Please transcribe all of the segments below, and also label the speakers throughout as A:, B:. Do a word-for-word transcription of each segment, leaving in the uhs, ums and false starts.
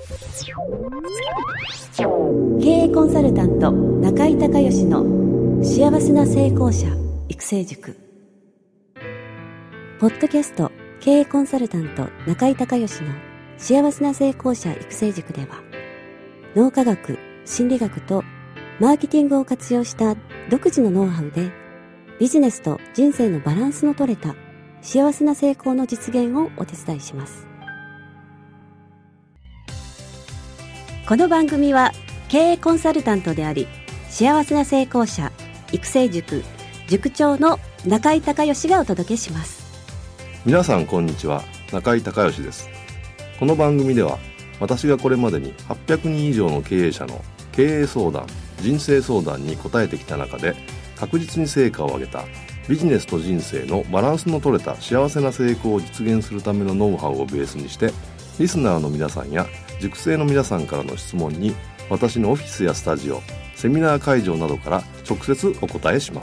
A: 経営コンサルタント中井孝義の幸せな成功者育成塾。ポッドキャスト経営コンサルタント中井孝義の幸せな成功者育成塾では、脳科学、心理学とマーケティングを活用した独自のノウハウで、ビジネスと人生のバランスの取れた幸せな成功の実現をお手伝いします。この番組は経営コンサルタントであり、幸せな成功者育成塾塾長の中井孝義がお届けします。
B: 皆さんこんにちは、中井孝義です。この番組では、私がこれまでにはっぴゃくにん以上の経営者の経営相談、人生相談に答えてきた中で、確実に成果を上げたビジネスと人生のバランスの取れた幸せな成功を実現するためのノウハウをベースにして、リスナーの皆さんや塾生の皆さんからの質問に、私のオフィスやスタジオ、セミナー会場などから直接お答えします。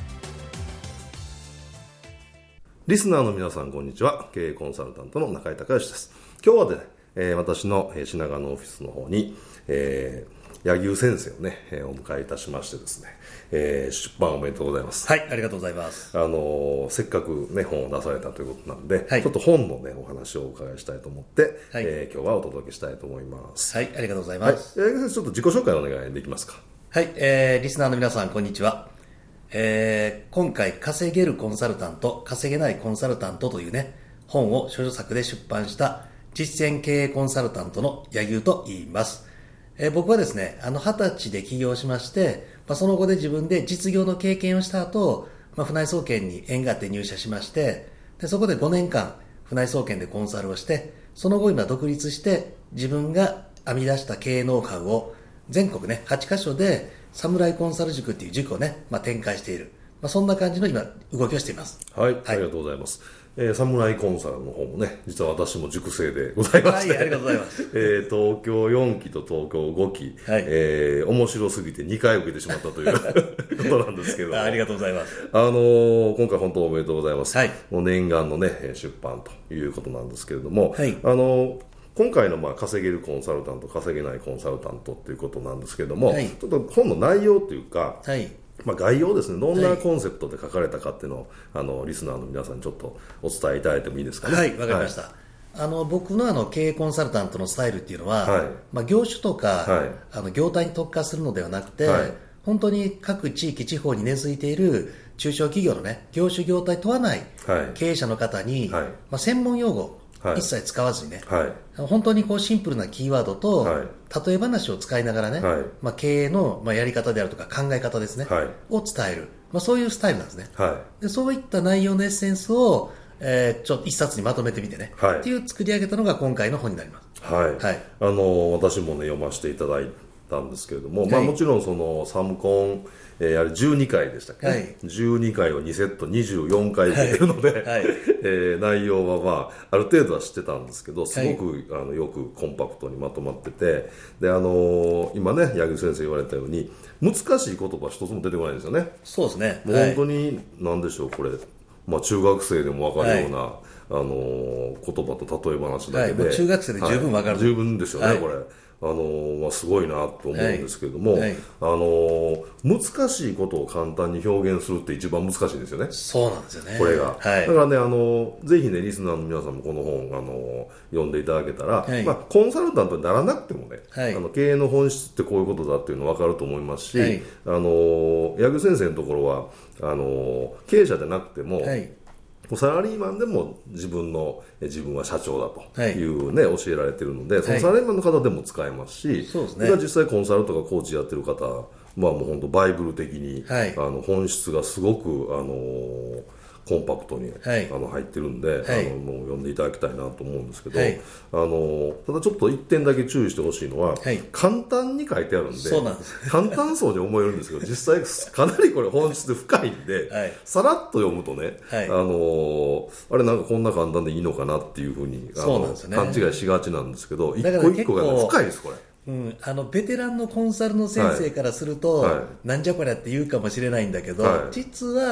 B: リスナーの皆さんこんにちは、経営コンサルタントの中井孝義です。今日はね、えー、私の品川のオフィスの方に、えー、柳生先生をね、えー、お迎えいたしましてですね、えー、出版おめでとうございます。
C: はい、ありがとうございます。
B: あのー、せっかくね本を出されたということなんで、
C: はい、
B: ちょっと本のねお話をお伺いしたいと思って、
C: はい、
B: えー、今日はお届けしたいと思います。
C: はい、ありがとうございます。
B: はい、柳生先生、ちょっと自己紹介お願いできますか。
C: はい、えー、リスナーの皆さんこんにちは。えー、今回稼げるコンサルタント、稼げないコンサルタントというね本を著書作で出版した実践経営コンサルタントの柳生と言います。えー、僕はですね、あの二十歳で起業しまして、まあ、その後で自分で実業の経験をした後、まあ、船井総研に縁があって入社しまして、でそこでごねんかん船井総研でコンサルをして、その後今独立して自分が編み出した経営ノウハウを全国ねはちカ所でサムライコンサル塾っていう塾をね、まあ、展開している、まあ、そんな感じの今動きをしています。
B: はい、はい、ありがとうございます。えー、サムライコンサルの方もね、実は私も塾生でございまして、
C: はい、ありがとうございます。
B: えー、東京よんきと東京ごき、はい、えー、面白すぎてにかい受けてしまったということなんですけど
C: あ, ありがとうございます。
B: あのー、今回本当おめでとうございます。
C: はい、
B: もう念願のね出版ということなんですけれども、
C: はい、
B: あのー今回のまあ稼げるコンサルタント、稼げないコンサルタントということなんですけれども、はい、ちょっと本の内容というか、はい、まあ、概要ですね、どんなコンセプトで書かれたかっていうのを、はい、あのリスナーの皆さんにちょっとお伝えいただいてもいいですかね。
C: はい、わかりました。はい、あの僕のあの経営コンサルタントのスタイルっていうのは、はい、まあ、業種とか、はい、あの業態に特化するのではなくて、はい、本当に各地域地方に根付いている中小企業のね業種業態問わない経営者の方に、はい、まあ、専門用語はい、一切使わずにね、はい、本当にこうシンプルなキーワードと、はい、例え話を使いながらね、はい、まあ、経営のまあやり方であるとか考え方ですね、はい、を伝える、まあ、そういうスタイルなんですね。はい、でそういった内容のエッセンスを、えー、ちょっと一冊にまとめてみてね、はい、っていう作り上げたのが今回の本になります。はいはい、
B: あの私もね読ませていただいたんですけれども、はい、まあ、もちろんそのサムコン、えー、あれじゅうにかいでしたっけ、はい、じゅうにかいをにセットにじゅうよんかい受けてるので、はいはい、えー、内容は、まあ、ある程度は知ってたんですけど、すごく、はい、あのよくコンパクトにまとまってて、で、あのー、今ね柳生先生言われたように難しい言葉一つも出てこないんですよね。
C: そうですね。
B: もう本当に何でしょうこれ、まあ、中学生でも分かるような、はい、あのー、言葉と例え話だけで、
C: はい、中学生で十分分かる、はい、
B: 十分ですよね、はい、これあのーまあ、すごいなと思うんですけども、はいはい、あのー、難しいことを簡単に表現するって一番難しいんですよね。
C: そうなんですよね、
B: これが、はい、だからね、あのー、ぜひねリスナーの皆さんもこの本、あのー、読んでいただけたら、はい、まあ、コンサルタントにならなくてもね、はい、あの経営の本質ってこういうことだっていうの分かると思いますし、はい、あのー、柳生先生のところはあのー、経営者じゃなくても、はい、サラリーマンでも自分の自分は社長だというね、はい、教えられているので、そのサラリーマンの方でも使えますし、はい、そうですね、実際コンサルとかコーチやってる方、まあ、もう本当バイブル的に、はい、あの本質がすごくあのーコンパクトに、はい、あの入ってるんで、はい、あのもう読んでいただきたいなと思うんですけど、はい、あのただちょっと一点だけ注意してほしいのは、はい、簡単に書いてあるんで、
C: そうなんです
B: 簡単そうに思えるんですけど実際かなりこれ本質で深いんで、はい、さらっと読むとね、はい、あのあれなんかこんな簡単でいいのかなっていうふうにあのそうなんですよね、勘違いしがちなんですけど一個一個が、ね、深いですこれ。
C: うん、あのベテランのコンサルの先生からすると、はいはい、なんじゃこりゃって言うかもしれないんだけど、はい、実は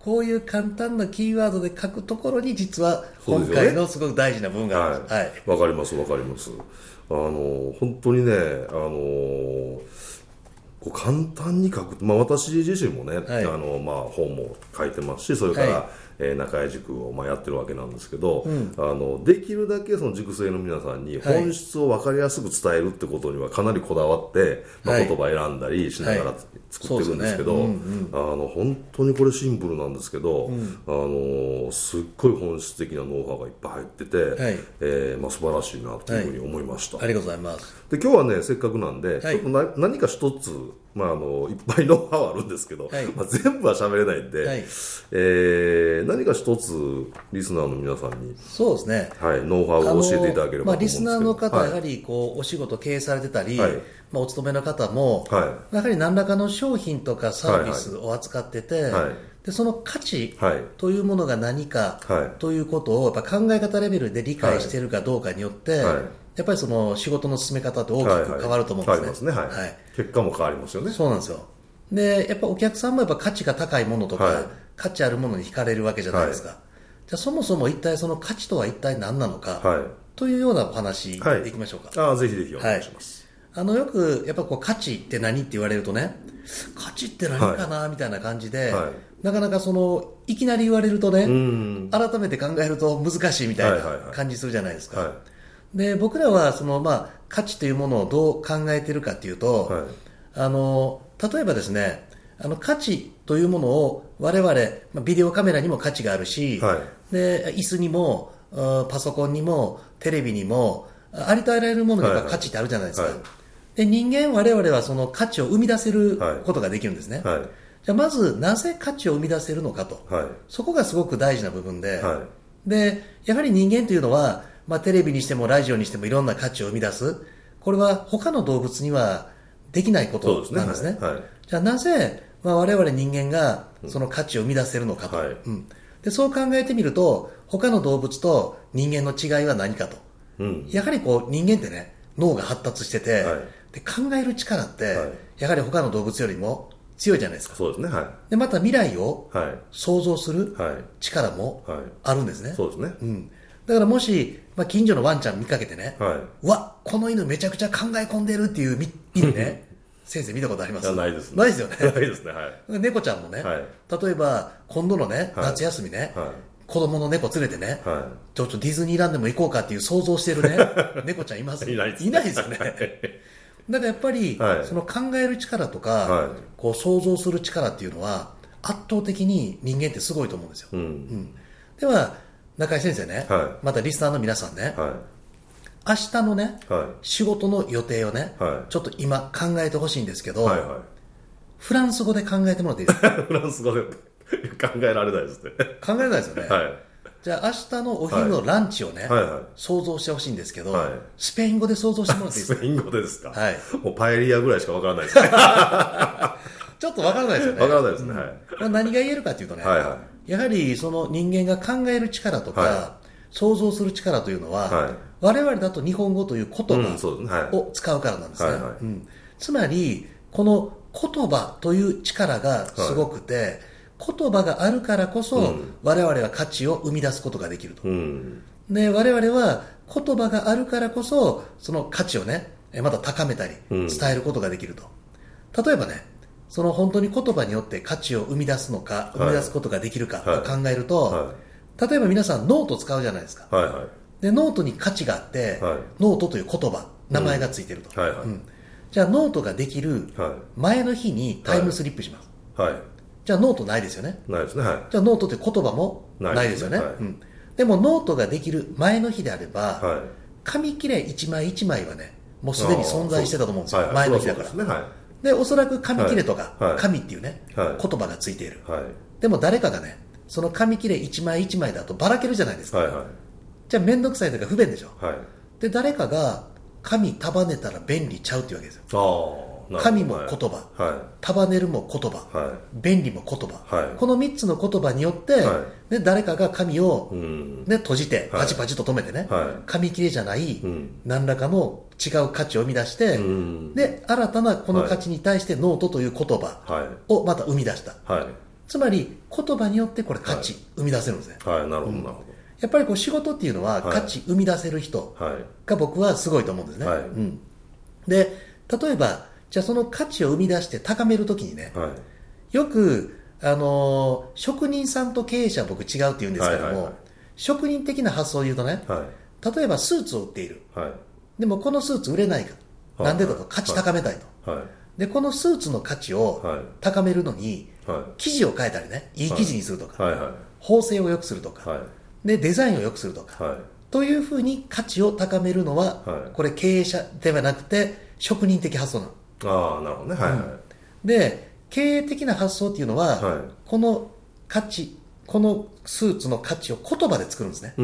C: こういう簡単なキーワードで書くところに実は今回のすごく大事な部分があるんです。
B: はい。わ、はい、かりますわかります。あの本当にね、あのこう簡単に書く、まあ、私自身もね、はい、あのまあ、本も書いてますし、それから、はい、えー、中井塾をまあやってるわけなんですけど、うん、あのできるだけその塾生の皆さんに本質を分かりやすく伝えるってことにはかなりこだわって、まあ、言葉選んだりしながら作ってるんですけど、本当にこれシンプルなんですけど、うん、あのすっごい本質的なノウハウがいっぱい入ってて、はい、えーまあ、素晴らしいなというふうに思いました。
C: はい、ありがとうございます。
B: で今日はねせっかくなんで、はい、ちょっとな何か一つ、まあ、あのいっぱいノウハウあるんですけど、はい、まあ、全部は喋れないんで、はい、えー、何か一つリスナーの皆さんに
C: そうですね、
B: はい、ノウハウを教えていただければと思うんですけど、まあ、リスナー
C: の方はやはりこう、はい、お仕事経営されてたり、はい、まあ、お勤めの方も、はい、やはり何らかの商品とかサービスを扱ってて、はいはい、でその価値というものが何かということをやっぱ考え方レベルで理解しているかどうかによって、はいはい、やっぱりその仕事の進め方って大きく変わると思うんですね。
B: はいはい、変わりますね、はいはい、結果も変わりますよね。
C: そうなんですよ。でやっぱお客さんもやっぱ価値が高いものとか、はい、価値あるものに惹かれるわけじゃないですか。はい、じゃあそもそも一体その価値とは一体何なのか、はい、というようなお話でいきましょうか。
B: はい、あぜひぜひお願いします。
C: はい、あのよくやっぱこう価値って何って言われるとね、価値って何かな、はい、みたいな感じで、はい、なかなかそのいきなり言われるとね、改めて考えると難しいみたいな感じするじゃないですか。はいはいはい、で僕らはその、まあ、価値というものをどう考えているかというと、はい、あの例えばですね、あの価値というものを我々、まあ、ビデオカメラにも価値があるし、はい、で椅子にもパソコンにもテレビにもありとあらゆるものにやっぱ価値ってあるじゃないですか。はいはい、で人間我々はその価値を生み出せることができるんですね。はいはい、じゃあまずなぜ価値を生み出せるのかと、はい、そこがすごく大事な部分で、はい、でやはり人間というのは、まあ、テレビにしてもラジオにしてもいろんな価値を生み出す、これは他の動物にはできないことなんですね。はいはい、じゃあなぜ、まあ、我々人間がその価値を生み出せるのかと、はい、うん、でそう考えてみると他の動物と人間の違いは何かと、うん、やはりこう人間ってね脳が発達してて、はい、で考える力って、はい、やはり他の動物よりも強いじゃないですか。
B: そうですね、はい、
C: でまた未来を想像する力もあるんですね。
B: はい、そうですね、
C: うん、だからもし、まあ、近所のワンちゃん見かけてね、はい、うわこの犬めちゃくちゃ考え込んでるっていう犬ね先生見たことあります？
B: いやないです、ね、
C: ないですよね。
B: ないですね、はい、
C: 猫ちゃんもね、はい、例えば今度のね、はい、夏休みね、はい、子供の猫連れてね、はい、ちょっとディズニーランドも行こうかっていう想像してるね猫ちゃんいます？
B: いないですね。
C: いないですよね。だからやっぱり、はい、その考える力とか、はい、こう想像する力っていうのは圧倒的に人間ってすごいと思うんですよ。うんうん、では中井先生ね、はい、またリスナーの皆さんね、はい、明日のね、はい、仕事の予定をね、はい、ちょっと今考えてほしいんですけど、はいはい、フランス語で考えてもらっていいですか？
B: フランス語で考えられないですね。
C: 考えられないですよね。はい、じゃあ明日のお昼のランチをね、はいはいはい、想像してほしいんですけど、はい、スペイン語で想像してもらっていいですか？
B: スペイン語でですか？
C: はい、
B: もうパエリアぐらいしかわからないですね。
C: ちょっとわからないですよね。
B: わからないですね。はい、
C: うん、何が言えるかというとね、はいはい、やはりその人間が考える力とか、はい、想像する力というのは、はい、我々だと日本語という言葉を使うからなんですね。うんはいうん、つまりこの言葉という力がすごくて、はい、言葉があるからこそ、うん、我々は価値を生み出すことができると、うん、で我々は言葉があるからこそその価値をねまた高めたり伝えることができると、うん、例えばねその本当に言葉によって価値を生み出すのか、はい、生み出すことができるかを考えると、はいはい、例えば皆さんノート使うじゃないですか、はいはい、でノートに価値があって、はい、ノートという言葉名前がついてると、うんはいはいうん、じゃあノートができる前の日にタイムスリップします、はいはい、じゃあノートないですよね。
B: ないですね、はい、
C: じゃあノートという言葉もないですよね。で, すね、はいうん、でもノートができる前の日であれば、はい、紙切れ一枚一枚はねもうすでに存在してたと思うんですよ、はい、前の日だから。そうですね、はいでおそらく紙切れとか、はい、紙っていうね、はい、言葉がついている、はい、でも誰かがねその紙切れ一枚一枚だとばらけるじゃないですか、はいはい、じゃあ面倒くさいというか不便でしょ、はい、で誰かが紙束ねたら便利ちゃうっていうわけですよ。紙も言葉、はい、束ねるも言葉、はい、便利も言葉、はい、このみっつの言葉によって、はい、ね、誰かが紙を、ね、閉じてパチパチと止めてね、はい、紙切れじゃない、うん、何らかの違う価値を生み出して、うん、で新たなこの価値に対してノートという言葉をまた生み出した、はい、 つまり言葉によってこれ価値生み出せるんですね。
B: はい、はい、なるほど、なるほど。
C: やっぱりこう仕事っていうのは価値生み出せる人が僕はすごいと思うんですね。はい、うん、で、例えば、じゃあその価値を生み出して高めるときにね、はい、よく、あのー、職人さんと経営者は僕違うって言うんですけども、はいはいはい、職人的な発想を言うとね、はい、例えばスーツを売っている。はい、でもこのスーツ売れないか。はい、なんでだと価値高めたいと。はいはい、で、このスーツの価値を高めるのに、はい、生地を変えたりね、いい生地にするとか、はいはいはい、縫製を良くするとか、はい、でデザインを良くするとか、はい、というふうに価値を高めるのは、はい、これ経営者ではなくて職人的発想なの。
B: ああ、なるほどね。はいはい、うん、
C: で、経営的な発想っていうのは、はい、この価値、このスーツの価値を言葉で作るんですね。うん、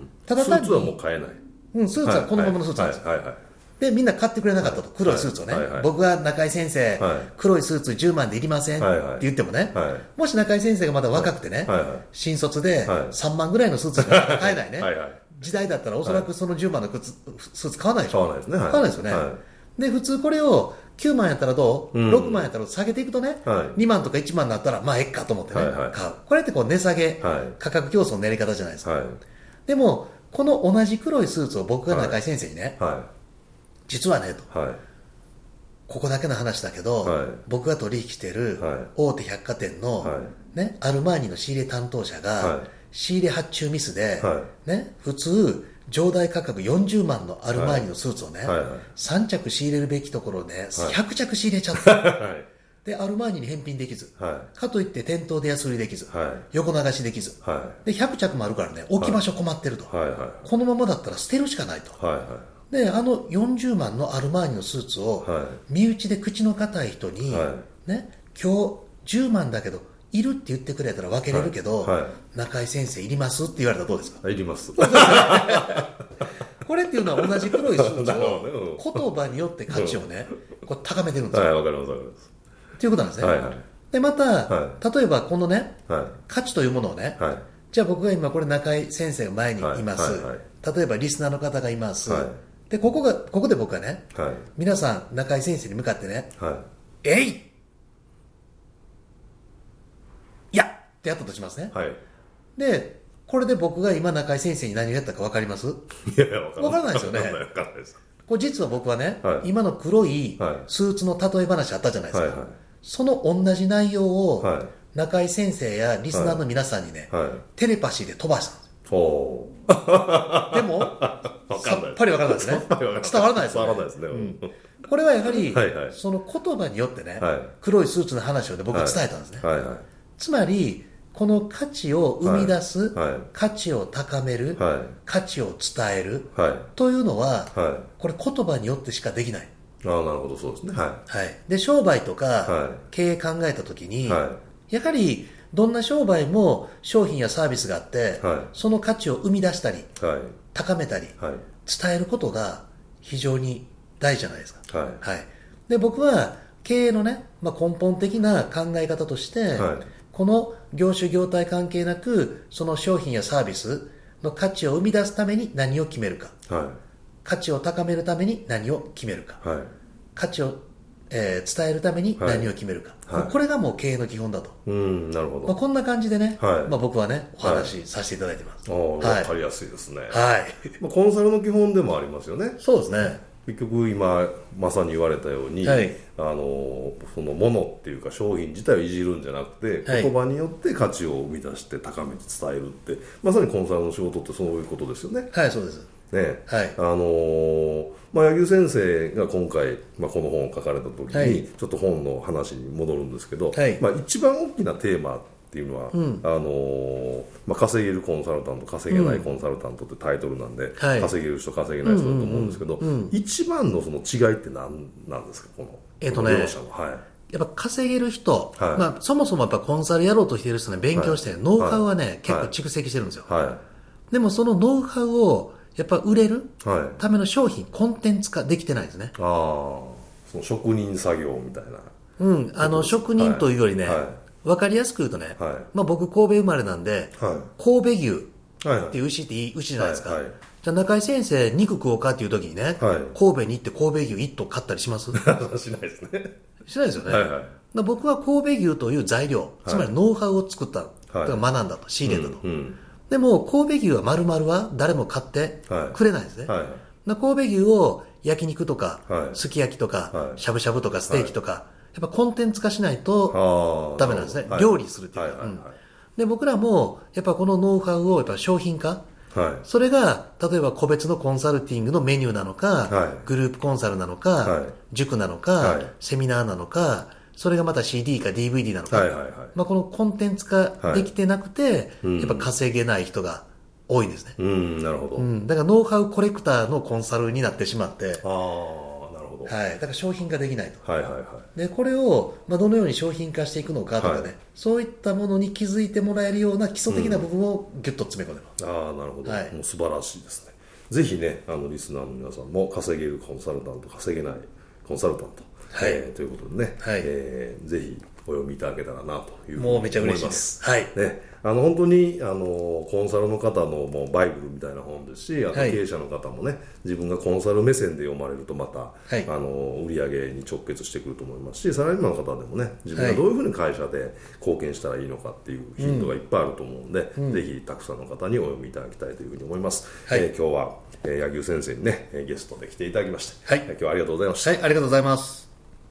B: ただ単にスーツはもう買えない。
C: うん、スーツはこのままのスーツなんですよ。はいはいはいはい、で、みんな買ってくれなかったと。黒いスーツをね。はいはいはい、僕が中井先生、はい、黒いスーツじゅうまんでいりません、はいはい、って言ってもね、はい、もし中井先生がまだ若くてね、はいはい、新卒でさんまんぐらいのスーツが買えないね、はいはい、時代だったらおそらくそのじゅうまんの靴スーツ買わないでしょ。
B: 買わないですね。はい、
C: 買わないですよね。はい、で、普通これをきゅうまんやったらどう、うん、ろくまんやったら下げていくとね、はい、にまんとかいちまんになったら、まあ、えっかと思ってね、はいはい、買う。これってこう値下げ、はい、価格競争のやり方じゃないですか。はい、でも、この同じ黒いスーツを僕が中井先生にね、はいはい、実はねと、はい、ここだけの話だけど、はい、僕が取引している大手百貨店の、はいね、アルマーニの仕入れ担当者が、はい、仕入れ発注ミスで、はいね、普通上代価格よんじゅうまんのアルマーニのスーツをね、はいはいはい、さん着仕入れるべきところで、ね、ひゃく着仕入れちゃった、はい、でアルマーニに返品できず、はい、かといって店頭で安売りできず、はい、横流しできず、はい、でひゃく着もあるからね、置き場所困ってると、はいはいはい、このままだったら捨てるしかないと、はいはい、であのよんじゅうまんのアルマーニのスーツを、はい、身内で口の固い人に、はいね、今日じゅうまんだけどいるって言ってくれたら分けれるけど、はいはい、中井先生いりますって言われたらどうですか。
B: いります
C: これっていうのは同じ黒いスーツを言葉によって価値をね、こう高めてるんですよ。
B: はい、分かります分かります。
C: ということなんですね。はいはい、でまた、はい、例えばこのね、はい、価値というものをね、はい、じゃあ僕が今これ中井先生が前にいます、はいはいはい、例えばリスナーの方がいます、はい、でここがここで僕はね、はい、皆さん中井先生に向かってね、はい、えいいやってやったとしますね、はい、でこれで僕が今中井先生に何をやったか分かります？い
B: やいや分
C: からないですよね。
B: 分からないです。
C: これ実は僕はね、はい、今の黒いスーツの例え話あったじゃないですか、はいはい、その同じ内容を中井先生やリスナーの皆さんにね、はいはい、テレパシーで飛ばしたんですよ。おでもさっぱり分からないですね。伝わらないですよね。伝わらないですね、うん、これはやはり、はいはい、その言葉によってね、はい、黒いスーツの話を、ね、僕は伝えたんですね、はいはいはい、つまりこの価値を生み出す、はいはい、価値を高める、はい、価値を伝える、はい、というのは、はい、これ言葉によってしかできない。
B: ああ、なるほど、そうですね。はい。
C: はい、で、商売とか、はい、経営考えたときに、はい、やはりどんな商売も商品やサービスがあって、はい、その価値を生み出したり、はい、高めたり、はい、伝えることが非常に大事じゃないですか。はいはい、で僕は経営のね、まあ、根本的な考え方として、はい、この業種業態関係なくその商品やサービスの価値を生み出すために何を決めるか、はい、価値を高めるために何を決めるか、はい、価値を、えー、伝えるために何を決めるか、はい、これがもう経営の基本だと。うん、なるほど。まあ、こんな感じでね、はい、まあ、僕はねお話しさせていただいてます。
B: はい、分かりやすいですね。はい、まあ、コンサルの基本でもありますよね。
C: そうですね。
B: 結局今まさに言われたように、はい、あのそのものっていうか商品自体をいじるんじゃなくて、はい、言葉によって価値を生み出して高めて伝えるってまさにコンサルの仕事ってそういうことですよね。
C: はい、そうですね。はい、
B: あのーまあ、柳生先生が今回、まあ、この本を書かれた時に、はい、ちょっと本の話に戻るんですけど、はい、まあ、一番大きなテーマっていうのは、うん、あのーまあ、稼げるコンサルタント稼げないコンサルタントってタイトルなんで、うん、稼げる人稼げない人だと思うんですけど、うんうんうん、一番のその違いって何なんですか、この
C: えっとね、両者の、はい、やっぱ稼げる人、はい、まあ、そもそもやっぱコンサルやろうとしている人ね、勉強して、はい、ノウハウはね、はい、結構蓄積してるんですよ、はい、でもそのノウハウをやっぱ売れるための商品、コンテンツ化できてないですね。ああ、
B: その職人作業みたいな。
C: うん、あの職人というよりね、はいはい、分かりやすく言うとね、はい、まあ、僕神戸生まれなんで、はい、神戸牛っていう牛っていい牛じゃないですか、はいはい、 じゃあ中井先生、肉食おうかっていう時にね、はい、神戸に行って神戸牛いっ頭買ったりします
B: しないですね。
C: しないですよね。
B: はいはい、
C: だ僕は神戸牛という材料、つまりノウハウを作った、はい、だから学んだと、仕入れたと。うんうん、でも神戸牛は丸々は誰も買ってくれないですね。はいはい、だ神戸牛を焼肉とか、はい、すき焼きとか、はい、しゃぶしゃぶとかステーキとか、はい、やっぱコンテンツ化しないとダメなんですね。料理するっていうか。はいはいはい、うん、で僕らもやっぱこのノウハウをやっぱ商品化、はい、それが例えば個別のコンサルティングのメニューなのか、はい、グループコンサルなのか、はい、塾なのか、はい、セミナーなのか、それがまた シーディー か ディーブイディー なのか、はいはいはい、まあ、このコンテンツ化できてなくて、はい、やっぱ稼げない人が多いんですね。
B: うん、なるほど。
C: うん、だからノウハウコレクターのコンサルになってしまって、
B: ああ、なるほど。
C: はい、だから商品化できないと。
B: はいはいはい。
C: でこれを、まあ、どのように商品化していくのかとかね、はい、そういったものに気づいてもらえるような基礎的な部分をギュッと詰め込んでます。
B: うん、ああ、なるほど、はい。もう素晴らしいですね。ぜひね、あのリスナーの皆さんも稼げるコンサルタント、稼げないコンサルタント、はい、えー、ということでね、はい、えー、ぜひお読みいただけたらなというふうに思います。もうめちゃ嬉しいです。はい。ね。あの本当にあのコンサルの方のもうバイブルみたいな本ですし、あと経営者の方もね、はい、自分がコンサル目線で読まれるとまた、はい、あの売り上げに直結してくると思いますし、サラリーマンの方でもね、自分がどういうふうに会社で貢献したらいいのかっていうヒントがいっぱいあると思うので、うん、ぜひたくさんの方にお読みいただきたいというふうに思います。はい、えー、今日は、えー、柳生先生にねゲストで来ていただきまして、はい、今日はありがとうございました。
C: はい、ありがとうございます。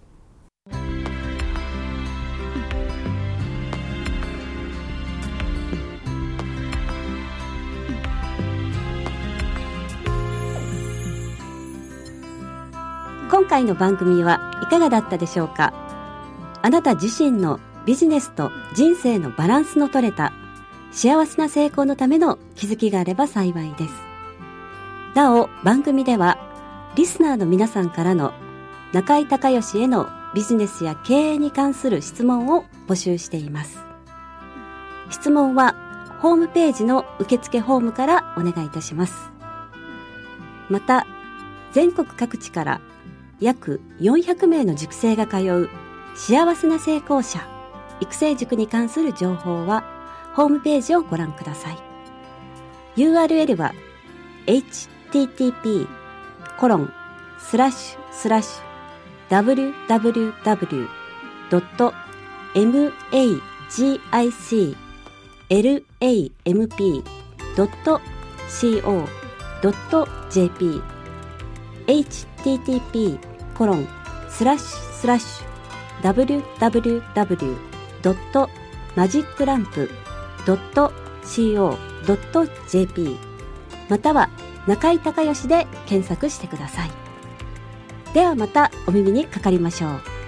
A: 今回の番組はいかがだったでしょうか。あなた自身のビジネスと人生のバランスの取れた幸せな成功のための気づきがあれば幸いです。なお番組ではリスナーの皆さんからの中井孝義へのビジネスや経営に関する質問を募集しています。質問はホームページの受付フォームからお願いいたします。また全国各地から約よんひゃくめいの塾生が通う幸せな成功者育成塾に関する情報はホームページをご覧ください。 ユーアールエル は エイチティーティーピーコロンスラッシュスラッシュダブリューダブリューダブリュードットマジックランプドットコードットジェーピー エイチティーティーピーコロンスラッシュスラッシュダブリューダブリューダブリュードットマジックランプドットコードットジェーピー または中井孝義で検索してください。ではまたお耳にかかりましょう。